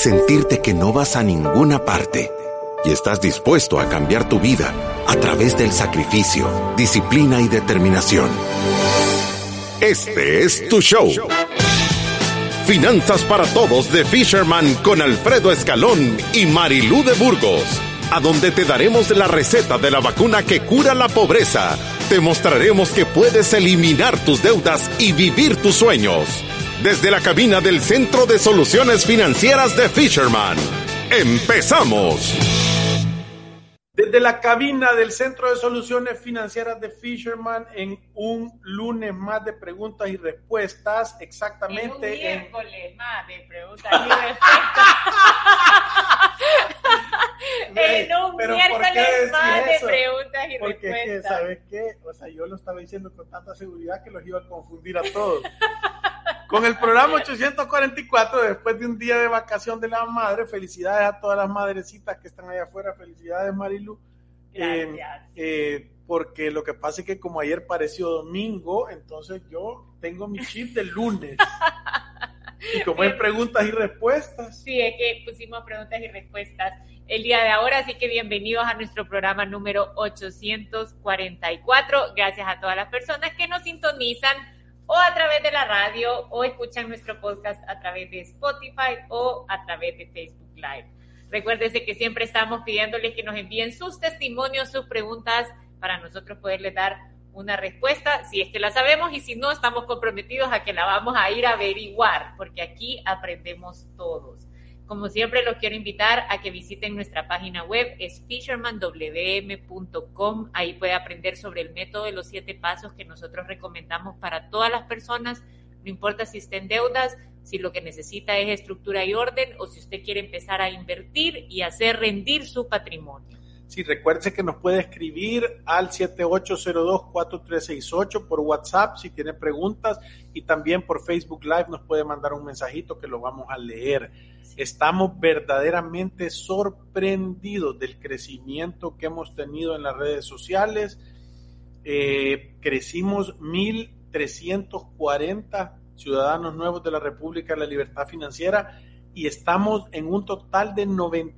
sentirte que no vas a ninguna parte y estás dispuesto a cambiar tu vida a través del sacrificio, disciplina y determinación. Este es tu show. Finanzas para Todos de Fisherman con Alfredo Escalón y Marilú de Burgos, a donde te daremos la receta de la vacuna que cura la pobreza. Te mostraremos que puedes eliminar tus deudas y vivir tus sueños. Desde la cabina del Centro de Soluciones Financieras de Fisherman. ¡Empezamos! Desde la cabina del Centro de Soluciones Financieras de Fisherman, en un lunes más de preguntas y respuestas, exactamente en un miércoles más de preguntas y respuestas. En un miércoles más de preguntas y porque respuestas. Porque, ¿sabes qué? O sea, yo lo estaba diciendo con tanta seguridad que los iba a confundir a todos. Con el programa 844, después de un día de vacación de la madre, felicidades a todas las madrecitas que están allá afuera, felicidades Marilu. Gracias. Porque lo que pasa es que como ayer pareció domingo, entonces yo tengo mi chip de lunes. Y como hay preguntas y respuestas. Sí, es que pusimos preguntas y respuestas el día de ahora, así que bienvenidos a nuestro programa número 844. Gracias a todas las personas que nos sintonizan o a través de la radio, o escuchan nuestro podcast a través de Spotify o a través de Facebook Live. Recuérdense que siempre estamos pidiéndoles que nos envíen sus testimonios, sus preguntas, para nosotros poderles dar una respuesta, si es que la sabemos, y si no, estamos comprometidos a que la vamos a ir a averiguar, porque aquí aprendemos todos. Como siempre, los quiero invitar a que visiten nuestra página web, es fishermanwm.com. Ahí puede aprender sobre el método de los 7 pasos que nosotros recomendamos para todas las personas, no importa si está en deudas, si lo que necesita es estructura y orden, o si usted quiere empezar a invertir y hacer rendir su patrimonio. Sí, recuerde que nos puede escribir al 7802-4368 por WhatsApp si tiene preguntas, y también por Facebook Live nos puede mandar un mensajito que lo vamos a leer. Estamos verdaderamente sorprendidos del crecimiento que hemos tenido en las redes sociales. Crecimos 1,340 ciudadanos nuevos de la República de la Libertad Financiera y estamos en un total de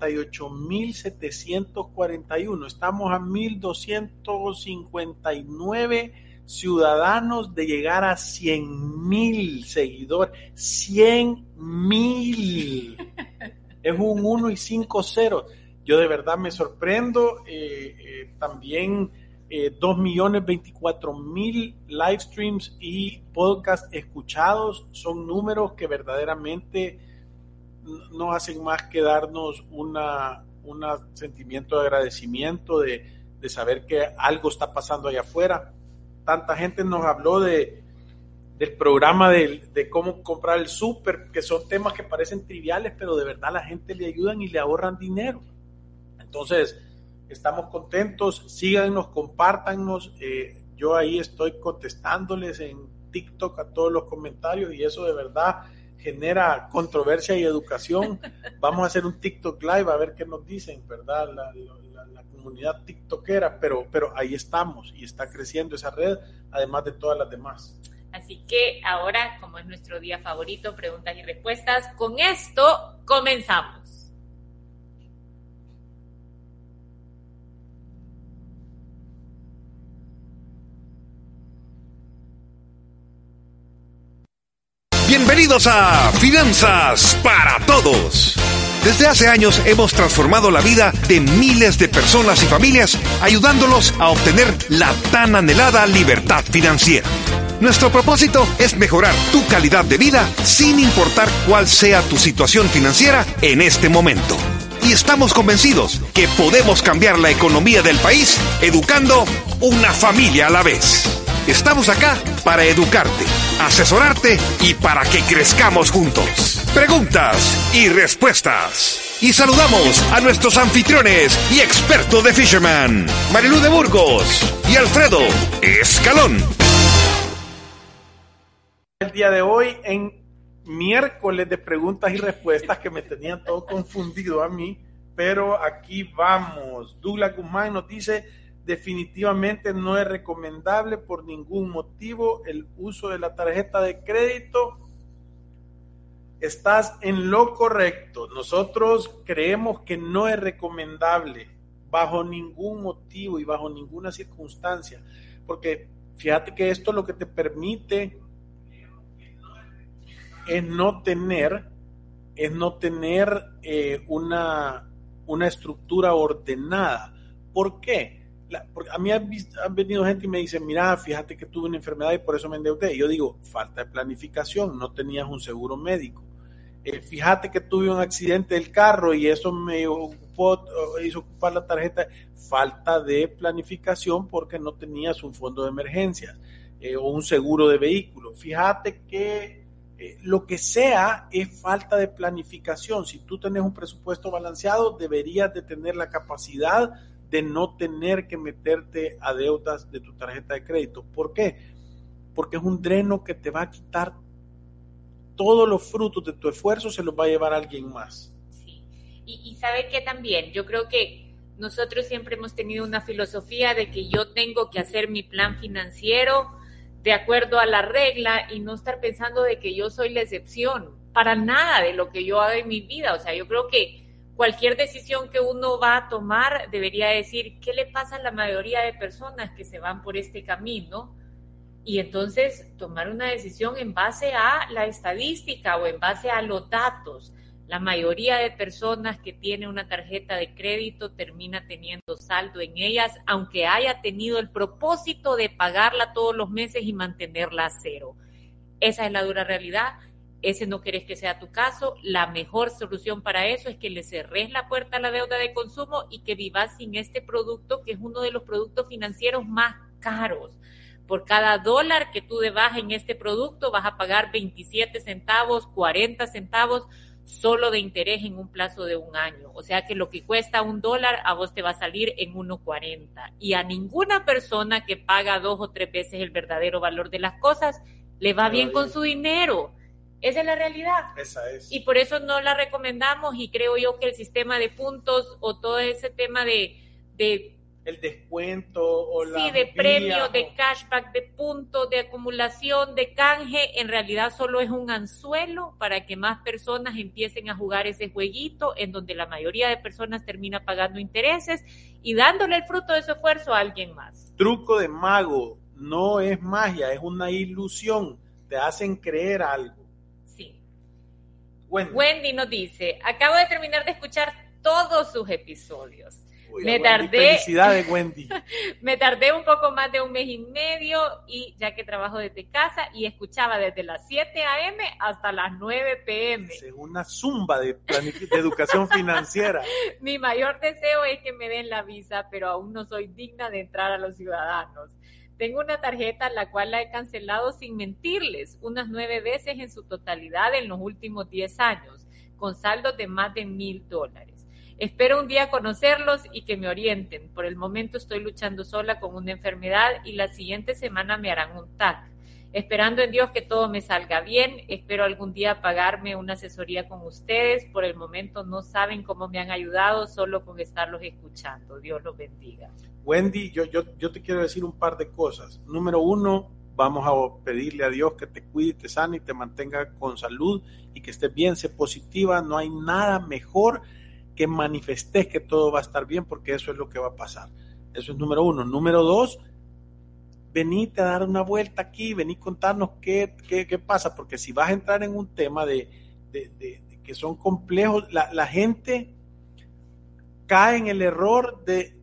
98,741. Estamos a 1,259 ciudadanos de llegar a 100,000 seguidores. 100,000. Es un 1 y 5 ceros. Yo de verdad me sorprendo. También 2,024,000 live streams y podcasts escuchados. Son números que verdaderamente no hacen más que darnos un sentimiento de agradecimiento, de saber que algo está pasando allá afuera. Tanta gente nos habló del programa de cómo comprar el súper, que son temas que parecen triviales, pero de verdad la gente le ayudan y le ahorran dinero. Entonces, estamos contentos, síganos, compártanos. Yo ahí estoy contestándoles en TikTok a todos los comentarios y eso de verdad genera controversia y educación. Vamos a hacer un TikTok Live a ver qué nos dicen, ¿verdad? La comunidad tiktokera, pero ahí estamos y está creciendo esa red, además de todas las demás. Así que ahora, como es nuestro día favorito, preguntas y respuestas, con esto comenzamos. Bienvenidos a Finanzas para Todos. Desde hace años hemos transformado la vida de miles de personas y familias, ayudándolos a obtener la tan anhelada libertad financiera. Nuestro propósito es mejorar tu calidad de vida sin importar cuál sea tu situación financiera en este momento. Y estamos convencidos que podemos cambiar la economía del país educando una familia a la vez. Estamos acá para educarte, asesorarte y para que crezcamos juntos. Preguntas y respuestas. Y saludamos a nuestros anfitriones y expertos de Fisherman, Marilú de Burgos y Alfredo Escalón. El día de hoy, en miércoles de preguntas y respuestas, que me tenían todo confundido a mí, pero aquí vamos. Douglas Guzmán nos dice: definitivamente no es recomendable por ningún motivo el uso de la tarjeta de crédito. estás en lo correcto. Nosotros creemos que no es recomendable bajo ningún motivo y bajo ninguna circunstancia, porque fíjate que esto lo que te permite es no tener una estructura ordenada. ¿Por qué? Porque a mí han venido gente y me dice, mira, fíjate que tuve una enfermedad y por eso me endeudé. Y yo digo, falta de planificación, no tenías un seguro médico. Fíjate que tuve un accidente del carro y eso me hizo ocupar la tarjeta. Falta de planificación porque no tenías un fondo de emergencias o un seguro de vehículo. Fíjate que lo que sea es falta de planificación. Si tú tenés un presupuesto balanceado, deberías de tener la capacidad de no tener que meterte a deudas de tu tarjeta de crédito. ¿Por qué? Porque es un dreno que te va a quitar todos los frutos de tu esfuerzo, se los va a llevar alguien más. Sí, y sabe que también, yo creo que nosotros siempre hemos tenido una filosofía de que yo tengo que hacer mi plan financiero de acuerdo a la regla y no estar pensando de que yo soy la excepción para nada de lo que yo hago en mi vida. O sea, yo creo que cualquier decisión que uno va a tomar debería decir qué le pasa a la mayoría de personas que se van por este camino y entonces tomar una decisión en base a la estadística o en base a los datos. La mayoría de personas que tienen una tarjeta de crédito termina teniendo saldo en ellas, aunque haya tenido el propósito de pagarla todos los meses y mantenerla a cero. Esa es la dura realidad. Ese no querés que sea tu caso. La mejor solución para eso es que le cerres la puerta a la deuda de consumo y que vivas sin este producto, que es uno de los productos financieros más caros. Por cada $1 que tú debas en este producto vas a pagar 27 centavos, 40 centavos, solo de interés en un plazo de un año. O sea que lo que cuesta $1 a vos te va a salir en 1.40. Y a ninguna persona que paga 2 o 3 veces el verdadero valor de las cosas le va bien con su dinero. Esa es la realidad. Esa es. Y por eso no la recomendamos y creo yo que el sistema de puntos o todo ese tema de el descuento o sí, de premios, de cashback, de puntos, de acumulación, de canje, en realidad solo es un anzuelo para que más personas empiecen a jugar ese jueguito en donde la mayoría de personas termina pagando intereses y dándole el fruto de su esfuerzo a alguien más. Truco de mago, no es magia, es una ilusión, te hacen creer algo. Sí. Wendy nos dice, acabo de terminar de escuchar todos sus episodios. Uy, felicidades, Wendy. Me tardé un poco más de 1 mes y medio y ya que trabajo desde casa y escuchaba desde las 7 a.m. hasta las 9 p.m. Es una zumba de educación financiera. Mi mayor deseo es que me den la visa, pero aún no soy digna de entrar a los ciudadanos. Tengo una tarjeta la cual la he cancelado sin mentirles unas 9 veces en su totalidad en los últimos 10 años, con saldos de más de $1,000. Espero un día conocerlos y que me orienten. Por el momento estoy luchando sola con una enfermedad y la siguiente semana me harán un TAC. Esperando en Dios que todo me salga bien, espero algún día pagarme una asesoría con ustedes. Por el momento no saben cómo me han ayudado solo con estarlos escuchando. Dios los bendiga. Wendy, yo te quiero decir un par de cosas. Número 1, vamos a pedirle a Dios que te cuide, te sane y te mantenga con salud y que estés bien, sé positiva. No hay nada mejor que manifestes que todo va a estar bien, porque eso es lo que va a pasar. Eso es número 1. Número 2, venite a dar una vuelta aquí, vení a contarnos qué pasa, porque si vas a entrar en un tema de que son complejos, la gente cae en el error de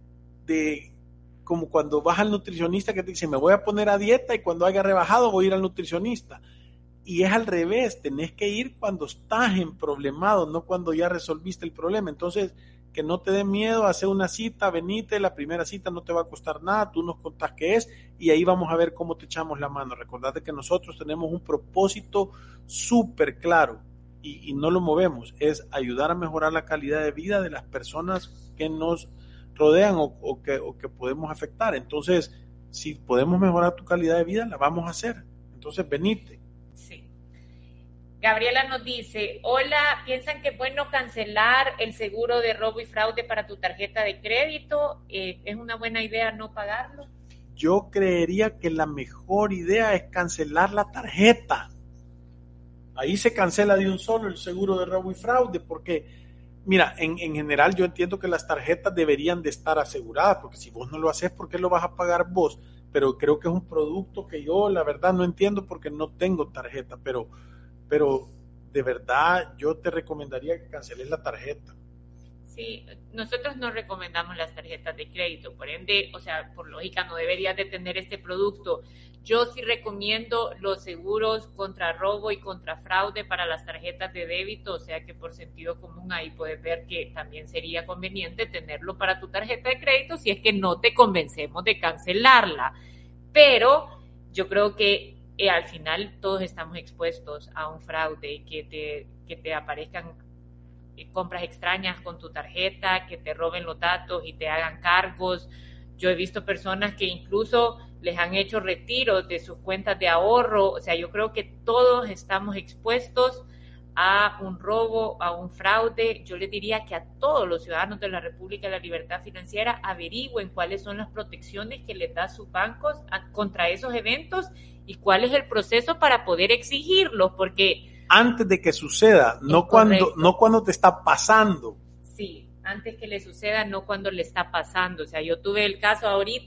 como cuando vas al nutricionista que te dice, me voy a poner a dieta y cuando haya rebajado voy a ir al nutricionista. Y es al revés, tenés que ir cuando estás emproblemado, no cuando ya resolviste el problema. Entonces, que no te dé miedo a hacer una cita, venite, la primera cita no te va a costar nada, tú nos contás qué es y ahí vamos a ver cómo te echamos la mano. Recordate que nosotros tenemos un propósito súper claro y no lo movemos, es ayudar a mejorar la calidad de vida de las personas que nos rodean o que podemos afectar. Entonces, si podemos mejorar tu calidad de vida, la vamos a hacer. Entonces, venite. Gabriela nos dice, hola, ¿piensan que es bueno cancelar el seguro de robo y fraude para tu tarjeta de crédito? ¿Es una buena idea no pagarlo? Yo creería que la mejor idea es cancelar la tarjeta. Ahí se cancela de un solo el seguro de robo y fraude, porque, mira, en general yo entiendo que las tarjetas deberían de estar aseguradas, porque si vos no lo haces, ¿por qué lo vas a pagar vos? Pero creo que es un producto que yo, la verdad, no entiendo porque no tengo tarjeta, pero de verdad yo te recomendaría que canceles la tarjeta. Sí, nosotros no recomendamos las tarjetas de crédito, por ende, o sea, por lógica no deberías de tener este producto. Yo sí recomiendo los seguros contra robo y contra fraude para las tarjetas de débito, o sea que por sentido común ahí puedes ver que también sería conveniente tenerlo para tu tarjeta de crédito si es que no te convencemos de cancelarla. Pero yo creo que al final todos estamos expuestos a un fraude, que te aparezcan compras extrañas con tu tarjeta, que te roben los datos y te hagan cargos. Yo he visto personas que incluso les han hecho retiros de sus cuentas de ahorro. O sea, yo creo que todos estamos expuestos a un robo, a un fraude. Yo les diría que a todos los ciudadanos de la República de la Libertad Financiera averigüen cuáles son las protecciones que les da sus bancos contra esos eventos y cuál es el proceso para poder exigirlos, porque antes de que suceda, no cuando te está pasando. Sí, antes que le suceda, no cuando le está pasando. O sea, yo tuve el caso ahorita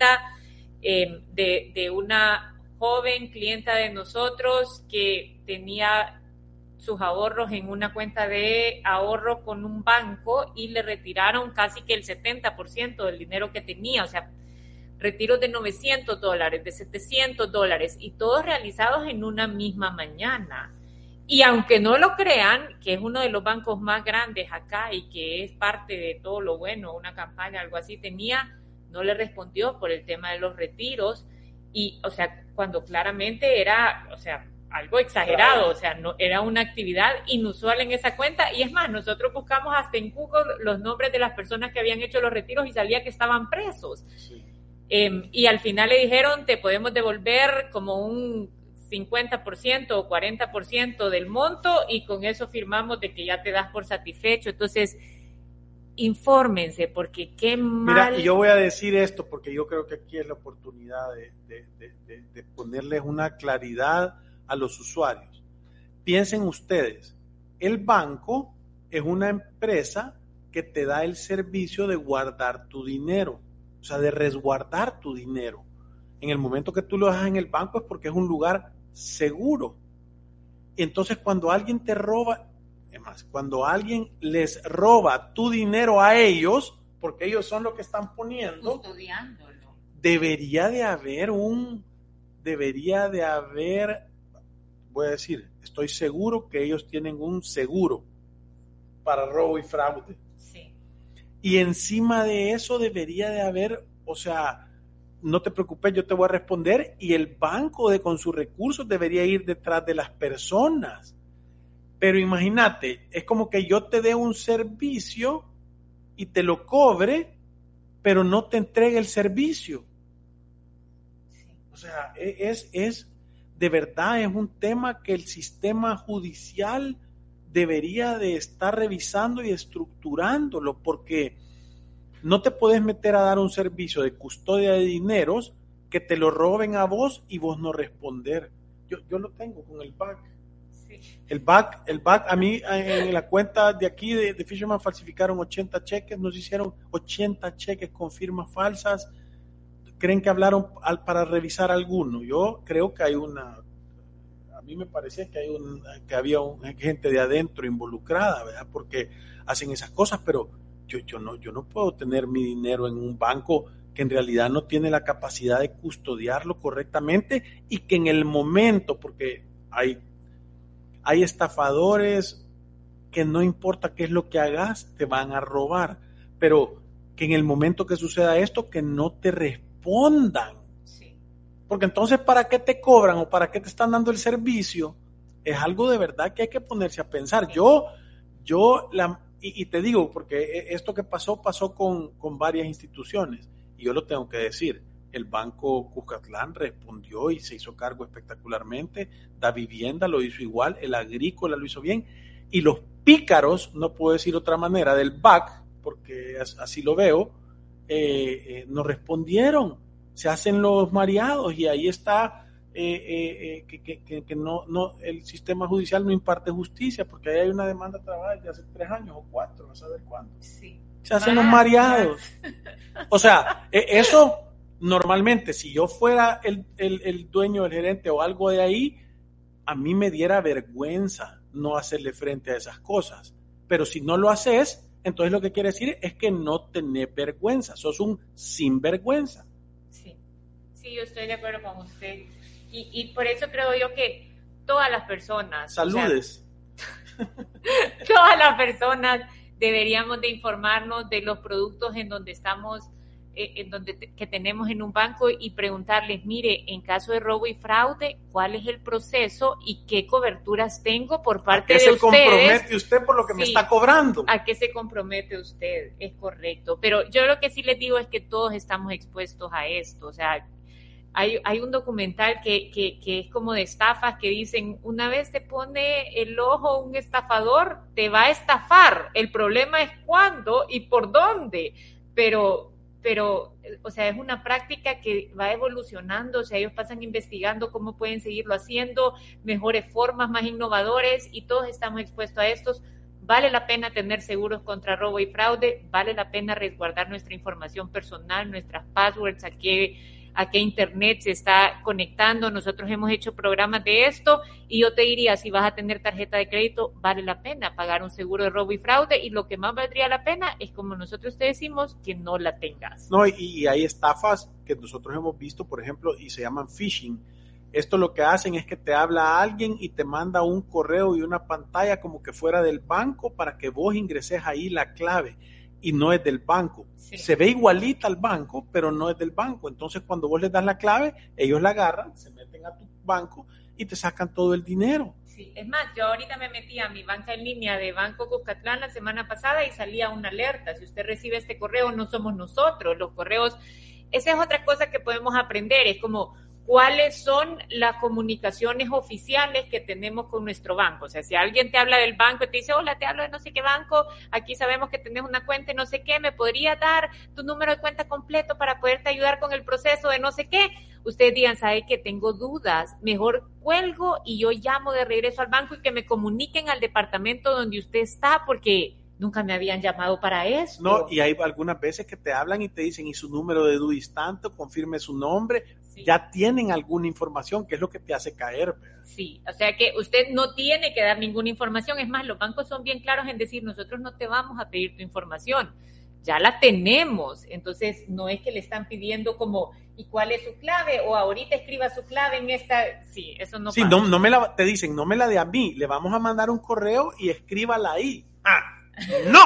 de una joven clienta de nosotros que tenía sus ahorros en una cuenta de ahorro con un banco y le retiraron casi que el 70% del dinero que tenía. O sea, retiros de $900, de $700 y todos realizados en una misma mañana. Y aunque no lo crean, que es uno de los bancos más grandes acá y que es parte de todo lo bueno, una campaña, algo así tenía, no le respondió por el tema de los retiros. Y, o sea, cuando claramente era, o sea, algo exagerado, o sea, no era una actividad inusual en esa cuenta. Y es más, nosotros buscamos hasta en Google los nombres de las personas que habían hecho los retiros y salía que estaban presos. Sí. Y al final le dijeron, te podemos devolver como un 50% o 40% del monto y con eso firmamos de que ya te das por satisfecho. Entonces, infórmense, porque qué mal. Mira, y yo voy a decir esto porque yo creo que aquí es la oportunidad de ponerles una claridad a los usuarios. Piensen ustedes, el banco es una empresa que te da el servicio de guardar tu dinero, o sea, de resguardar tu dinero. En el momento que tú lo dejas en el banco es porque es un lugar seguro. Entonces, cuando alguien te roba, es más, cuando alguien les roba tu dinero a ellos, porque ellos son los que están poniendo, custodiándolo, debería de haber, voy a decir, estoy seguro que ellos tienen un seguro para robo y fraude. Sí. Y encima de eso debería de haber, o sea, no te preocupes, yo te voy a responder, y el banco con sus recursos debería ir detrás de las personas. Pero imagínate, es como que yo te dé un servicio y te lo cobre, pero no te entregue el servicio. O sea, es de verdad, es un tema que el sistema judicial debería de estar revisando y estructurándolo, porque no te puedes meter a dar un servicio de custodia de dineros que te lo roben a vos y vos no responder. Yo lo tengo con el BAC. Sí. El BAC, a mí en la cuenta de aquí de Fisherman falsificaron 80 cheques, nos hicieron 80 cheques con firmas falsas. ¿Creen que hablaron para revisar alguno? Yo creo que hay a mí me parecía que había gente de adentro involucrada, ¿verdad? Porque hacen esas cosas, pero yo no puedo tener mi dinero en un banco que en realidad no tiene la capacidad de custodiarlo correctamente y que en el momento, porque hay estafadores que no importa qué es lo que hagas, te van a robar, pero que en el momento que suceda esto, que no te respondan. Sí. Porque entonces, ¿para qué te cobran o para qué te están dando el servicio? Es algo de verdad que hay que ponerse a pensar. Y te digo, porque esto que pasó con varias instituciones, y yo lo tengo que decir, el Banco Cuscatlán respondió y se hizo cargo espectacularmente, Da Vivienda lo hizo igual, el Agrícola lo hizo bien, y los pícaros, no puedo decir otra manera, del BAC, porque así lo veo, no respondieron, se hacen los mareados, y ahí está que no el sistema judicial no imparte justicia, porque ahí hay una demanda trabada desde hace 3 años o 4, a saber cuándo. Sí. Se hacen los mareados. O sea, eso normalmente, si yo fuera el dueño, el gerente o algo de ahí, a mí me diera vergüenza no hacerle frente a esas cosas. Pero si no lo haces, entonces lo que quiere decir es que no tenés vergüenza, sos un sinvergüenza. Sí, yo estoy de acuerdo con usted. Y por eso creo yo que todas las personas... Saludes. O sea, todas las personas deberíamos de informarnos de los productos en donde estamos, que tenemos en un banco y preguntarles, mire, en caso de robo y fraude, ¿cuál es el proceso y qué coberturas tengo por parte de ustedes? ¿A qué se compromete usted por lo que me está cobrando? ¿A qué se compromete usted? Es correcto. Pero yo lo que sí les digo es que todos estamos expuestos a esto. O sea, hay un documental que es como de estafas que dicen, una vez te pone el ojo un estafador, te va a estafar. El problema es cuándo y por dónde. Pero, o sea, es una práctica que va evolucionando. O sea, ellos pasan investigando cómo pueden seguirlo haciendo, mejores formas, más innovadores, y todos estamos expuestos a estos. Vale la pena tener seguros contra robo y fraude, vale la pena resguardar nuestra información personal, nuestras passwords, a qué internet se está conectando. Nosotros hemos hecho programas de esto y yo te diría, si vas a tener tarjeta de crédito, vale la pena pagar un seguro de robo y fraude, y lo que más valdría la pena es, como nosotros te decimos, que no la tengas. No, y hay estafas que nosotros hemos visto, por ejemplo, y se llaman phishing. Esto lo que hacen es que te habla alguien y te manda un correo y una pantalla como que fuera del banco para que vos ingreses ahí la clave, y no es del banco. Sí. Se ve igualita al banco, pero no es del banco. Entonces, cuando vos les das la clave, ellos la agarran, se meten a tu banco y te sacan todo el dinero. Sí, es más, yo ahorita me metí a mi banca en línea de Banco Cuscatlán la semana pasada y salía una alerta. Si usted recibe este correo, no somos nosotros. Los correos, esa es otra cosa que podemos aprender, es como cuáles son las comunicaciones oficiales que tenemos con nuestro banco. O sea, si alguien te habla del banco y te dice, hola, te hablo de no sé qué banco, aquí sabemos que tenés una cuenta y no sé qué, ¿me podrías dar tu número de cuenta completo para poderte ayudar con el proceso de no sé qué? Ustedes digan, ¿sabe qué? Tengo dudas, mejor cuelgo y yo llamo de regreso al banco y que me comuniquen al departamento donde usted está, porque nunca me habían llamado para eso. No, y hay algunas veces que te hablan y te dicen, y su número de DUIs tanto, confirme su nombre. Sí. Ya tienen alguna información, que es lo que te hace caer. Sí, o sea que usted no tiene que dar ninguna información. Es más, los bancos son bien claros en decir, nosotros no te vamos a pedir tu información, ya la tenemos. Entonces, no es que le están pidiendo como, ¿y cuál es su clave? O ahorita escriba su clave en esta. Sí, eso no pasa. Sí, te dicen, no me la dé a mí, le vamos a mandar un correo y escríbala ahí. ¡No!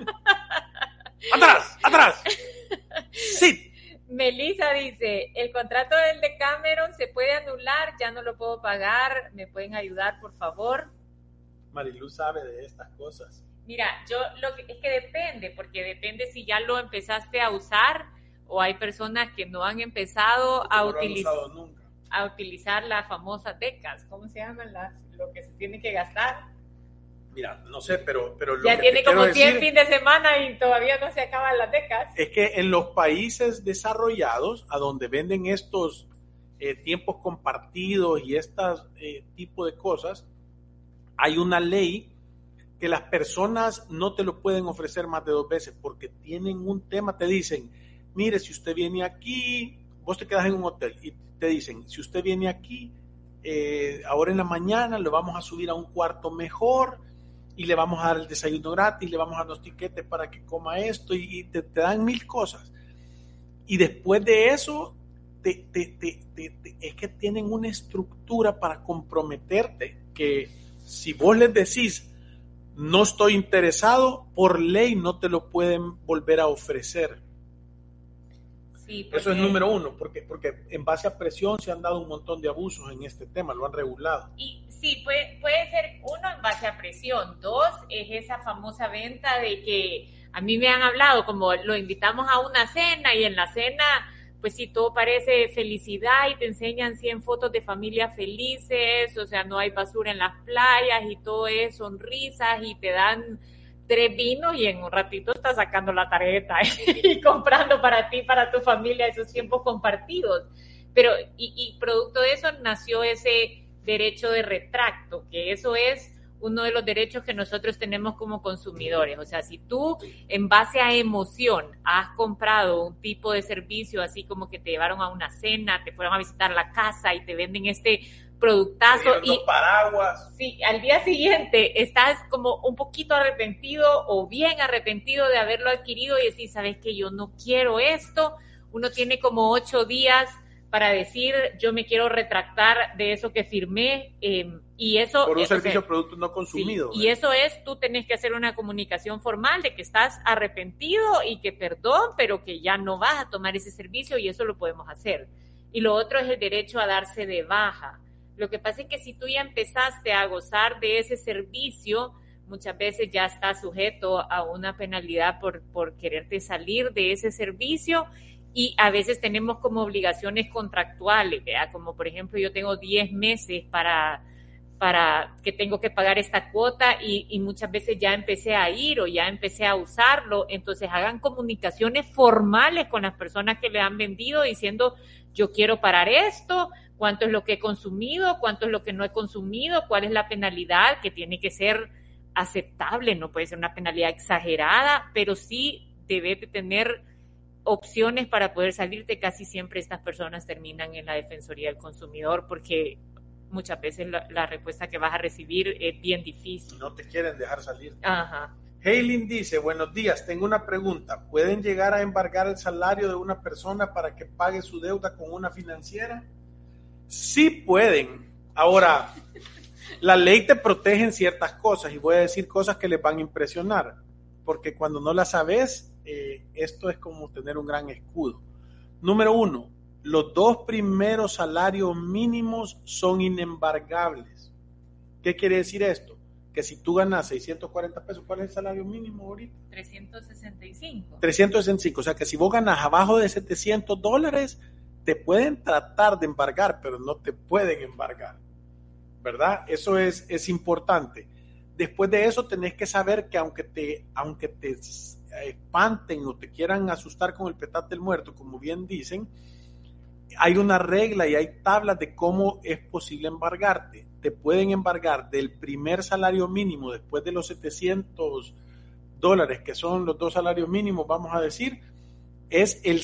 ¡Atrás! Sí. Melissa dice, el contrato del de Cameron se puede anular, ya no lo puedo pagar, ¿me pueden ayudar, por favor? Marilu sabe de estas cosas. Mira, es que depende, porque depende si ya lo empezaste a usar o hay personas que no han empezado a utilizar las famosas DECAs. ¿Cómo se llaman lo que se tiene que gastar? Mira, no sé, pero lo ya que tiene como 100 fin de semana y todavía no se acaban las DECAs. Es que en los países desarrollados, a donde venden estos tiempos compartidos y tipo de cosas, hay una ley que las personas no te lo pueden ofrecer más de 2 veces porque tienen un tema. Te dicen, mire, si usted viene aquí, vos te quedas en un hotel y te dicen, si usted viene aquí, ahora en la mañana le vamos a subir a un cuarto mejor y le vamos a dar el desayuno gratis, le vamos a dar los tiquetes para que coma esto, y te dan 1000 cosas. Y después de eso, es que tienen una estructura para comprometerte, que si vos les decís, no estoy interesado, por ley no te lo pueden volver a ofrecer. Sí, porque eso es número 1, porque en base a presión se han dado un montón de abusos en este tema, lo han regulado. Y sí, puede ser 1 en base a presión, 2 es esa famosa venta de que a mí me han hablado, como lo invitamos a una cena y en la cena, pues sí, todo parece felicidad y te enseñan 100 fotos de familias felices, o sea, no hay basura en las playas y todo es sonrisas y te dan 3 vinos y en un ratito estás sacando la tarjeta y comprando para ti, para tu familia, esos tiempos compartidos. Pero, y producto de eso nació ese derecho de retracto, que eso es uno de los derechos que nosotros tenemos como consumidores. O sea, si tú en base a emoción has comprado un tipo de servicio, así como que te llevaron a una cena, te fueron a visitar la casa y te venden este productazo y paraguas. Sí, al día siguiente estás como un poquito arrepentido o bien arrepentido de haberlo adquirido y decir, ¿sabes qué? Yo no quiero esto. Uno tiene como 8 días para decir, yo me quiero retractar de eso que firmé, y eso... Por un servicio o producto no consumido. Sí, y eso es, tú tenés que hacer una comunicación formal de que estás arrepentido y que perdón, pero que ya no vas a tomar ese servicio, y eso lo podemos hacer. Y lo otro es el derecho a darse de baja. Lo que pasa es que si tú ya empezaste a gozar de ese servicio, muchas veces ya estás sujeto a una penalidad por quererte salir de ese servicio. Y a veces tenemos como obligaciones contractuales, ¿verdad? Como por ejemplo yo tengo 10 meses para que tengo que pagar esta cuota y muchas veces ya empecé a ir o ya empecé a usarlo. Entonces hagan comunicaciones formales con las personas que le han vendido diciendo, yo quiero parar esto, cuánto es lo que he consumido, cuánto es lo que no he consumido, cuál es la penalidad, que tiene que ser aceptable, no puede ser una penalidad exagerada, pero sí debe de tener opciones para poder salirte. Casi siempre estas personas terminan en la Defensoría del Consumidor porque muchas veces la respuesta que vas a recibir es bien difícil. No te quieren dejar salir. Ajá. Heilin dice, buenos días, tengo una pregunta. ¿Pueden llegar a embargar el salario de una persona para que pague su deuda con una financiera? Sí pueden. Ahora, la ley te protege en ciertas cosas y voy a decir cosas que les van a impresionar, porque cuando no las sabes, esto es como tener un gran escudo. Número 1, los 2 primeros salarios mínimos son inembargables. ¿Qué quiere decir esto? Que si tú ganas 640 pesos, ¿cuál es el salario mínimo ahorita? 365. 365, o sea que si vos ganas abajo de $700, te pueden tratar de embargar, pero no te pueden embargar, ¿verdad? Eso es importante. Después de eso tenés que saber que aunque te espanten o te quieran asustar con el petate del muerto, como bien dicen, hay una regla y hay tablas de cómo es posible embargarte. Te pueden embargar del primer salario mínimo después de los $700, que son los 2 salarios mínimos, vamos a decir, es el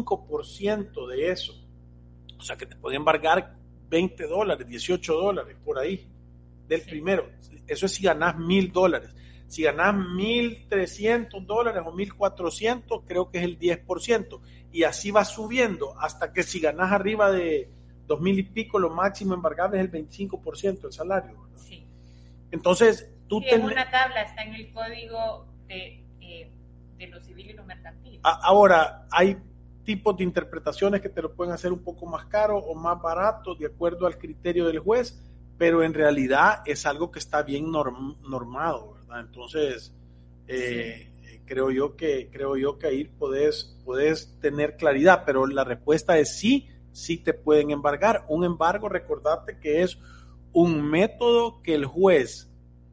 5% de eso. O sea que te pueden embargar $20, $18 por ahí del primero. Eso es si ganás $1,000. Si ganás $1,300 o $1,400, creo que es el 10%. Y así va subiendo hasta que si ganás arriba de 2,000 y pico, lo máximo embargable es el 25% del salario, ¿verdad? Sí. Entonces, tú en una tabla está en el código de lo civil y lo mercantil. Ahora, hay tipos de interpretaciones que te lo pueden hacer un poco más caro o más barato de acuerdo al criterio del juez, pero en realidad es algo que está bien normado, ¿verdad? Entonces, creo yo que ahí podés tener claridad, pero la respuesta es sí te pueden embargar. Un embargo, recordate que es un método que el juez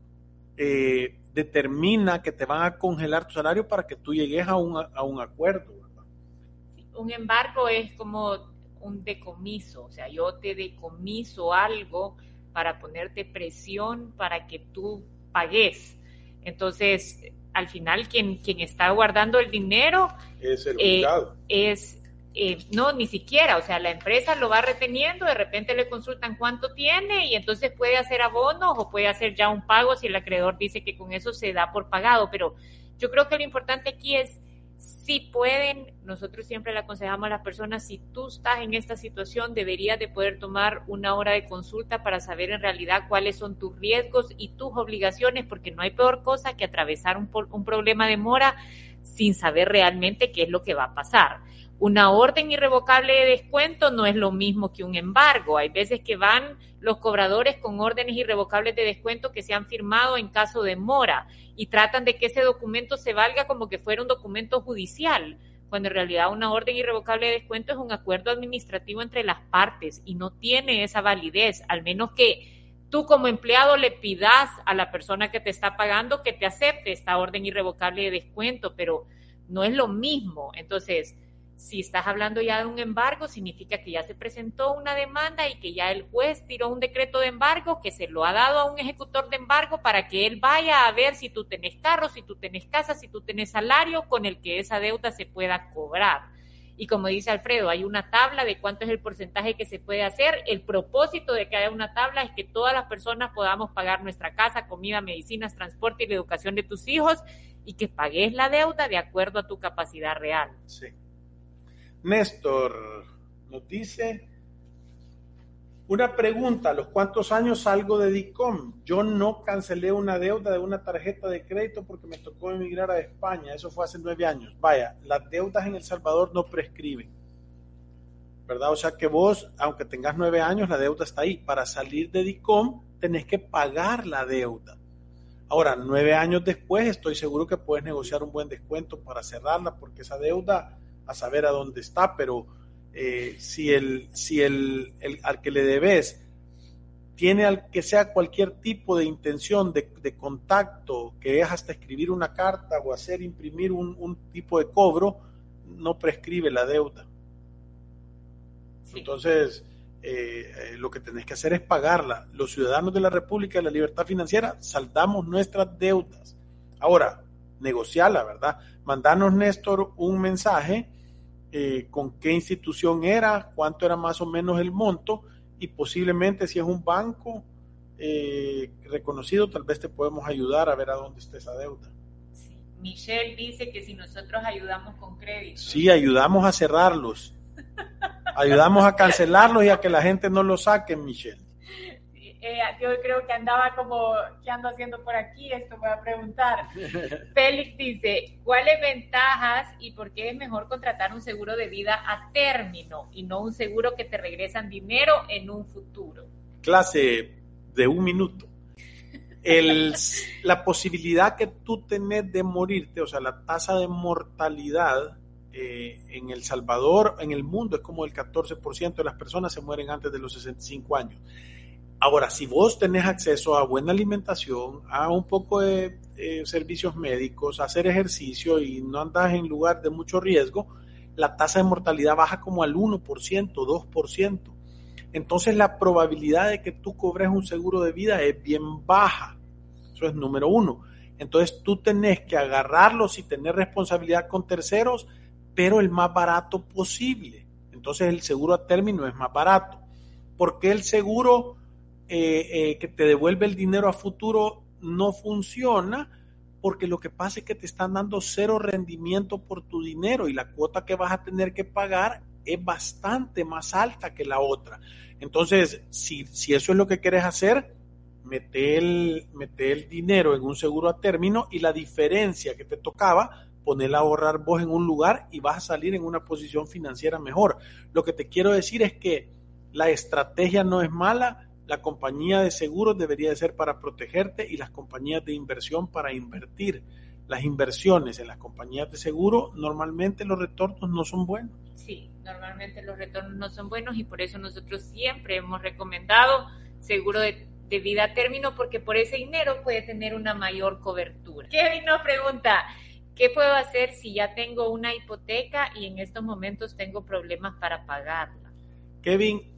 determina que te van a congelar tu salario para que tú llegues a un acuerdo, ¿verdad? Sí, un embargo es como un decomiso, o sea, yo te decomiso algo para ponerte presión para que tú pagues. Entonces, al final, quien está guardando el dinero es el obligado. No, ni siquiera, o sea, la empresa lo va reteniendo, de repente le consultan cuánto tiene y entonces puede hacer abonos o puede hacer ya un pago si el acreedor dice que con eso se da por pagado. Pero yo creo que lo importante aquí es, si pueden, nosotros siempre le aconsejamos a las personas, si tú estás en esta situación, deberías de poder tomar una hora de consulta para saber en realidad cuáles son tus riesgos y tus obligaciones, porque no hay peor cosa que atravesar un problema de mora sin saber realmente qué es lo que va a pasar. Una orden irrevocable de descuento no es lo mismo que un embargo. Hay veces que van los cobradores con órdenes irrevocables de descuento que se han firmado en caso de mora y tratan de que ese documento se valga como que fuera un documento judicial, cuando en realidad una orden irrevocable de descuento es un acuerdo administrativo entre las partes y no tiene esa validez, al menos que tú como empleado le pidas a la persona que te está pagando que te acepte esta orden irrevocable de descuento, pero no es lo mismo. Entonces, Si estás hablando ya de un embargo, significa que ya se presentó una demanda y que ya el juez tiró un decreto de embargo que se lo ha dado a un ejecutor de embargo para que él vaya a ver si tú tenés carro, si tú tenés casa, si tú tenés salario con el que esa deuda se pueda cobrar. Y como dice Alfredo, hay una tabla de cuánto es el porcentaje que se puede hacer. El propósito de que haya una tabla es que todas las personas podamos pagar nuestra casa, comida, medicinas, transporte y la educación de tus hijos y que pagues la deuda de acuerdo a tu capacidad real. Sí. Néstor nos dice una pregunta: ¿a los cuántos años salgo de DICOM? Yo no cancelé una deuda de una tarjeta de crédito porque me tocó emigrar a España, eso fue hace 9 años. Vaya, las deudas en El Salvador no prescriben, ¿verdad? O sea que vos, aunque tengas 9 años, la deuda está ahí. Para salir de DICOM tenés que pagar la deuda. Ahora, 9 años después, estoy seguro que puedes negociar un buen descuento para cerrarla, porque esa deuda, a saber a dónde está, pero si al que le debes tiene al que sea cualquier tipo de intención de contacto, que es hasta escribir una carta o hacer imprimir un tipo de cobro, no prescribe la deuda. Sí. Entonces, lo que tenés que hacer es pagarla. Los ciudadanos de la República de la Libertad Financiera saldamos nuestras deudas. Ahora, negociarla, ¿verdad? Mandanos, Néstor, un mensaje con qué institución era, cuánto era más o menos el monto, y posiblemente si es un banco reconocido, tal vez te podemos ayudar a ver a dónde está esa deuda. Sí. Michelle dice que si nosotros ayudamos con crédito. Sí, ayudamos a cerrarlos. Ayudamos a cancelarlos y a que la gente no los saque, Michelle. Yo creo que andaba como, ¿qué ando haciendo por aquí? Esto voy a preguntar. Félix dice, ¿cuáles ventajas y por qué es mejor contratar un seguro de vida a término y no un seguro que te regresan dinero en un futuro? Clase de 1 minuto. La posibilidad que tú tenés de morirte, o sea, la tasa de mortalidad en El Salvador, en el mundo, es como el 14% de las personas se mueren antes de los 65 años. Ahora, si vos tenés acceso a buena alimentación, a un poco de servicios médicos, a hacer ejercicio y no andás en lugar de mucho riesgo, la tasa de mortalidad baja como al 1%, 2%. Entonces, la probabilidad de que tú cobres un seguro de vida es bien baja. Eso es número 1. Entonces, tú tenés que agarrarlos y tener responsabilidad con terceros, pero el más barato posible. Entonces, el seguro a término es más barato. ¿Por qué el seguro que te devuelve el dinero a futuro no funciona? Porque lo que pasa es que te están dando 0 rendimiento por tu dinero y la cuota que vas a tener que pagar es bastante más alta que la otra. Entonces, si eso es lo que quieres hacer, mete el dinero en un seguro a término y la diferencia que te tocaba, ponela a ahorrar vos en un lugar y vas a salir en una posición financiera mejor. Lo que te quiero decir es que la estrategia no es mala. La compañía de seguros debería de ser para protegerte y las compañías de inversión para invertir. Las inversiones en las compañías de seguro, normalmente los retornos no son buenos. Sí, normalmente los retornos no son buenos y por eso nosotros siempre hemos recomendado seguro de vida a término, porque por ese dinero puede tener una mayor cobertura. Kevin nos pregunta, ¿qué puedo hacer si ya tengo una hipoteca y en estos momentos tengo problemas para pagarla? Kevin,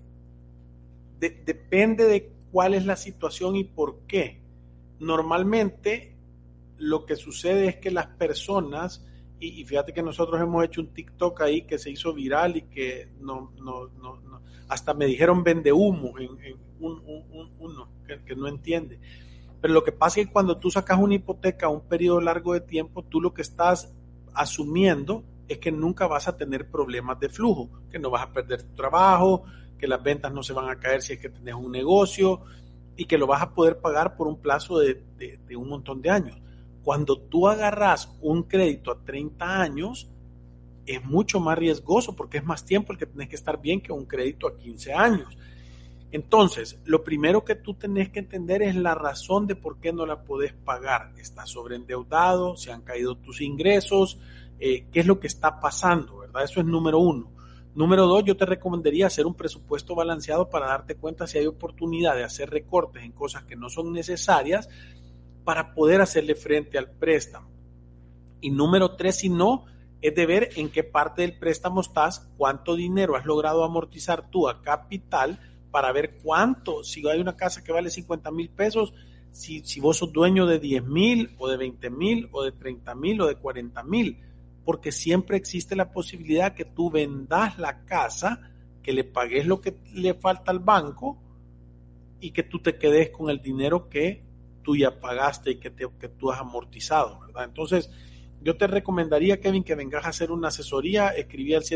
depende de cuál es la situación y por qué. Normalmente lo que sucede es que las personas, y fíjate que nosotros hemos hecho un TikTok ahí que se hizo viral y que no hasta me dijeron vende humo en uno que no entiende. Pero lo que pasa es que cuando tú sacas una hipoteca a un periodo largo de tiempo, tú lo que estás asumiendo es que nunca vas a tener problemas de flujo, que no vas a perder tu trabajo, que las ventas no se van a caer si es que tenés un negocio y que lo vas a poder pagar por un plazo de un montón de años. Cuando tú agarras un crédito a 30 años, es mucho más riesgoso porque es más tiempo el que tenés que estar bien que un crédito a 15 años. Entonces, lo primero que tú tenés que entender es la razón de por qué no la podés pagar. ¿Estás sobreendeudado? ¿Se han caído tus ingresos? ¿Qué es lo que está pasando? ¿Verdad? Eso es número 1. Número 2, yo te recomendaría hacer un presupuesto balanceado para darte cuenta si hay oportunidad de hacer recortes en cosas que no son necesarias para poder hacerle frente al préstamo. Y número 3, si no, es de ver en qué parte del préstamo estás, cuánto dinero has logrado amortizar tú a capital, para ver cuánto, si hay una casa que vale 50,000 pesos, si vos sos dueño de 10,000 o de 20,000 o de 30,000 o de 40,000, porque siempre existe la posibilidad que tú vendas la casa, que le pagues lo que le falta al banco y que tú te quedes con el dinero que tú ya pagaste y que tú has amortizado, ¿verdad? Entonces, yo te recomendaría, Kevin, que vengas a hacer una asesoría. Escribí al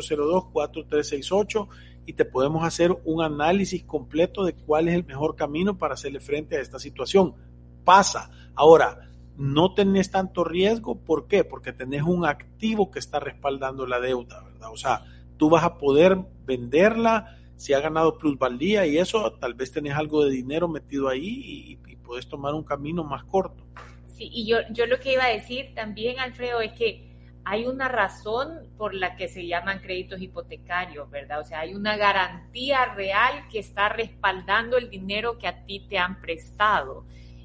7802-4368 y te podemos hacer un análisis completo de cuál es el mejor camino para hacerle frente a esta situación. Pasa. Ahora, no tenés tanto riesgo. ¿Por qué? Porque tenés un activo que está respaldando la deuda, ¿verdad? O sea, tú vas a poder venderla si ha ganado plusvalía y eso, tal vez tenés algo de dinero metido ahí y puedes tomar un camino más corto. Sí, y yo lo que iba a decir también, Alfredo, es que hay una razón por la que se llaman créditos hipotecarios, ¿verdad? O sea, hay una garantía real que está respaldando el dinero que a ti te han prestado.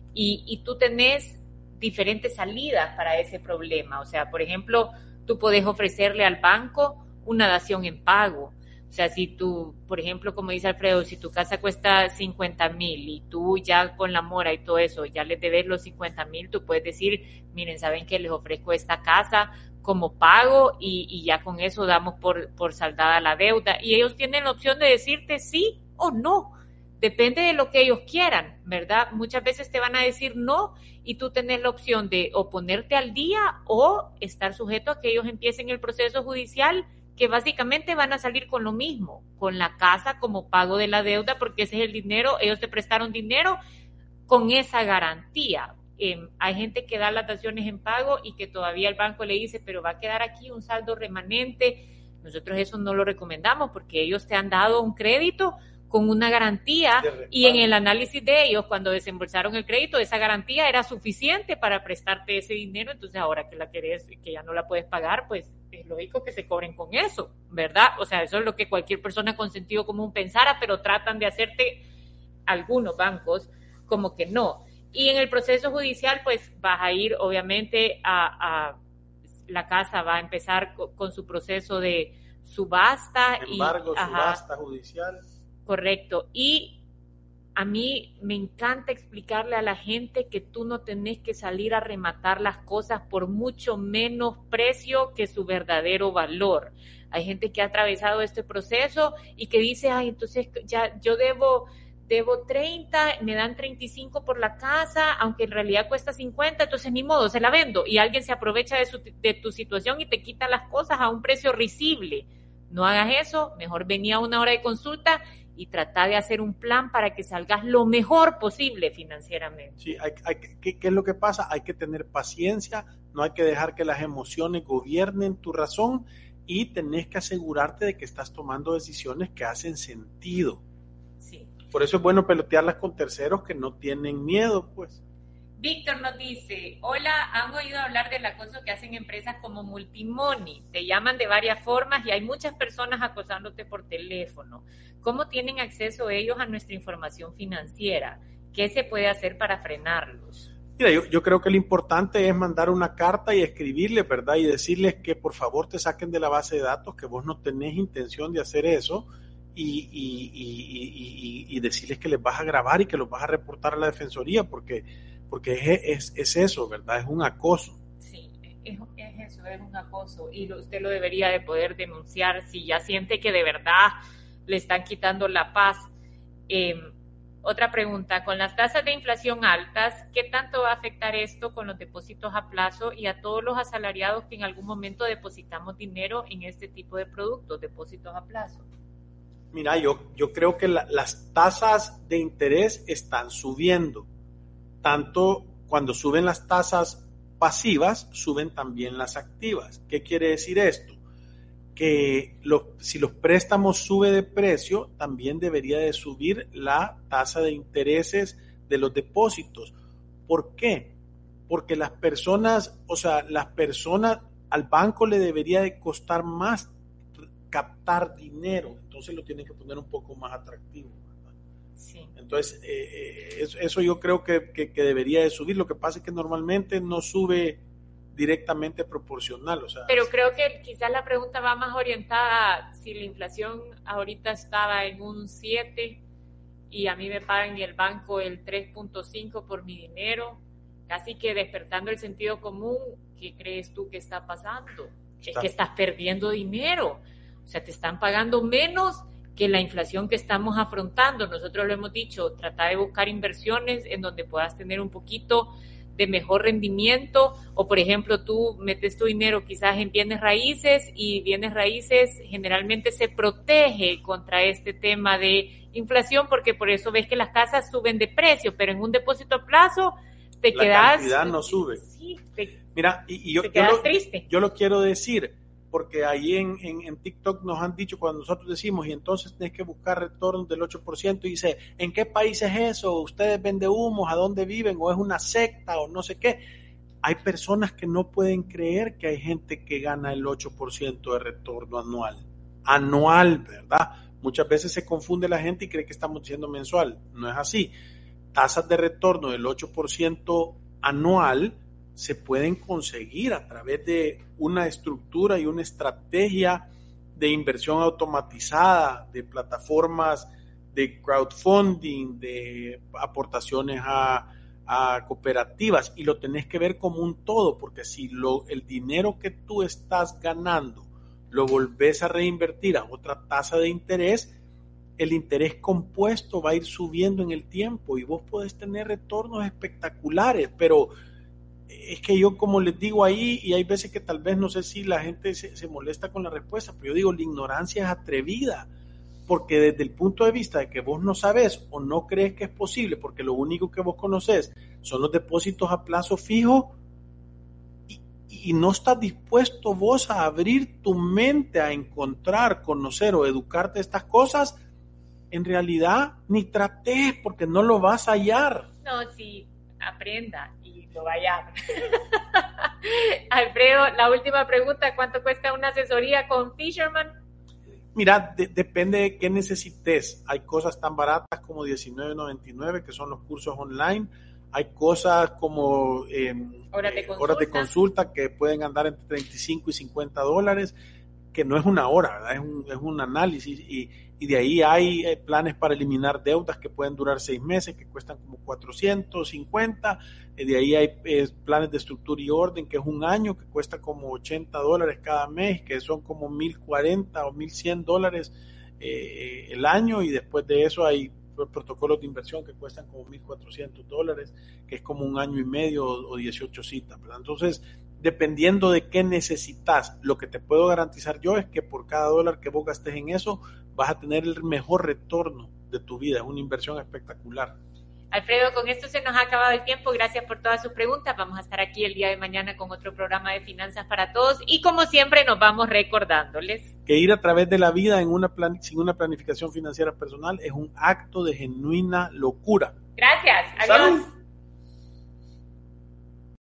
Y tú tenés diferentes salidas para ese problema. O sea, por ejemplo, tú podés ofrecerle al banco una dación en pago. O sea, si tú, por ejemplo, como dice Alfredo, si tu casa cuesta 50,000 y tú ya con la mora y todo eso, ya les debes los 50,000, tú puedes decir, miren, ¿saben qué? Les ofrezco esta casa como pago y ya con eso damos por saldada la deuda. Y ellos tienen la opción de decirte sí o no. Depende de lo que ellos quieran, ¿verdad? Muchas veces te van a decir no y tú tenés la opción de o ponerte al día o estar sujeto a que ellos empiecen el proceso judicial, que básicamente van a salir con lo mismo, con la casa como pago de la deuda, porque ese es el dinero, ellos te prestaron dinero con esa garantía. Hay gente que da las daciones en pago y que todavía el banco le dice, pero va a quedar aquí un saldo remanente. Nosotros eso no lo recomendamos porque ellos te han dado un crédito con una garantía y en el análisis de ellos, cuando desembolsaron el crédito, esa garantía era suficiente para prestarte ese dinero. Entonces ahora que la querés, que ya no la puedes pagar, pues es lógico que se cobren con eso, ¿verdad? O sea, eso es lo que cualquier persona con sentido común pensara, pero tratan de hacerte algunos bancos como que no. Y en el proceso judicial, pues vas a ir obviamente a la casa va a empezar con su proceso de subasta. Embargo, subasta judicial. Correcto. Y a mí me encanta explicarle a la gente que tú no tenés que salir a rematar las cosas por mucho menos precio que su verdadero valor. Hay gente que ha atravesado este proceso y que dice, ay, entonces ya yo debo 30, me dan 35 por la casa, aunque en realidad cuesta 50, entonces ni modo, se la vendo. Y alguien se aprovecha de tu situación y te quita las cosas a un precio risible. No hagas eso, mejor vení a una hora de consulta y trata de hacer un plan para que salgas lo mejor posible financieramente. Sí, ¿qué es lo que pasa? Hay que tener paciencia, no hay que dejar que las emociones gobiernen tu razón y tenés que asegurarte de que estás tomando decisiones que hacen sentido. Sí. Por eso es bueno pelotearlas con terceros que no tienen miedo, pues. Víctor nos dice, hola, ¿han oído hablar del acoso que hacen empresas como Multimoney? Te llaman de varias formas y hay muchas personas acosándote por teléfono. ¿Cómo tienen acceso ellos a nuestra información financiera? ¿Qué se puede hacer para frenarlos? Mira, yo creo que lo importante es mandar una carta y escribirle, ¿verdad? Y decirles que por favor te saquen de la base de datos, que vos no tenés intención de hacer eso y decirles que les vas a grabar y que los vas a reportar a la defensoría porque es eso, ¿verdad? Es un acoso. Sí, es eso, es un acoso y usted lo debería de poder denunciar si ya siente que de verdad le están quitando la paz. Otra pregunta, con las tasas de inflación altas, ¿qué tanto va a afectar esto con los depósitos a plazo y a todos los asalariados que en algún momento depositamos dinero en este tipo de productos, depósitos a plazo? Mira, yo creo que las tasas de interés están subiendo. Tanto cuando suben las tasas pasivas, suben también las activas. ¿Qué quiere decir esto? Que si los préstamos suben de precio, también debería de subir la tasa de intereses de los depósitos. ¿Por qué? Porque las personas, al banco le debería de costar más captar dinero, entonces lo tienen que poner un poco más atractivo. Sí. Entonces, eso yo creo que debería de subir. Lo que pasa es que normalmente no sube directamente proporcional. O sea, pero creo que quizás la pregunta va más orientada, si la inflación ahorita estaba en un 7 y a mí me pagan en el banco el 3.5 por mi dinero, casi que despertando el sentido común, ¿qué crees tú que está pasando? Es que estás perdiendo dinero, o sea, te están pagando menos que la inflación que estamos afrontando. Nosotros lo hemos dicho, trata de buscar inversiones en donde puedas tener un poquito de mejor rendimiento, o por ejemplo tú metes tu dinero quizás en bienes raíces, y bienes raíces generalmente se protege contra este tema de inflación, porque por eso ves que las casas suben de precio, pero en un depósito a plazo te quedas... La cantidad no sube. Sí, mira, y te quedas triste. Yo lo quiero decir, porque ahí en TikTok nos han dicho, cuando nosotros decimos, y entonces tenés que buscar retornos del 8%, y dice, ¿en qué país es eso? ¿Ustedes venden humos? ¿A dónde viven? ¿O es una secta? ¿O no sé qué? Hay personas que no pueden creer que hay gente que gana el 8% de retorno anual, ¿verdad? Muchas veces se confunde la gente y cree que estamos diciendo mensual. No es así. Tasas de retorno del 8% anual se pueden conseguir a través de una estructura y una estrategia de inversión automatizada, de plataformas de crowdfunding, de aportaciones a cooperativas, y lo tenés que ver como un todo, porque si el dinero que tú estás ganando lo volvés a reinvertir a otra tasa de interés, el interés compuesto va a ir subiendo en el tiempo y vos podés tener retornos espectaculares. Pero es que yo, como les digo ahí, y hay veces que tal vez no sé si la gente se molesta con la respuesta, pero yo digo, la ignorancia es atrevida, porque desde el punto de vista de que vos no sabés o no crees que es posible, porque lo único que vos conocés son los depósitos a plazo fijo, y no estás dispuesto vos a abrir tu mente a encontrar, conocer o educarte de estas cosas, en realidad ni trates, porque no lo vas a hallar. No, sí, aprenda y lo vaya. Alfredo, la última pregunta, ¿cuánto cuesta una asesoría con Fisherman? Mira, depende de qué necesites. Hay cosas tan baratas como $19.99, que son los cursos online. Hay cosas como horas de consulta que pueden andar entre $35 y $50, que no es una hora, ¿verdad? Es un análisis, y de ahí hay planes para eliminar deudas que pueden durar 6 meses, que cuestan como $450. De ahí hay planes de estructura y orden, que es un año, que cuesta como $80 cada mes, que son como $1,040 o $1,100 el año, y después de eso hay protocolos de inversión que cuestan como $1,400, que es como un año y medio o 18 citas, ¿verdad? Entonces, dependiendo de qué necesitas, lo que te puedo garantizar yo es que por cada $1 que vos gastes en eso, vas a tener el mejor retorno de tu vida. Es una inversión espectacular. Alfredo, con esto se nos ha acabado el tiempo. Gracias por todas sus preguntas. Vamos a estar aquí el día de mañana con otro programa de Finanzas para Todos, y como siempre nos vamos recordándoles que ir a través de la vida sin una planificación financiera personal es un acto de genuina locura. Gracias. Adiós. ¡Salud!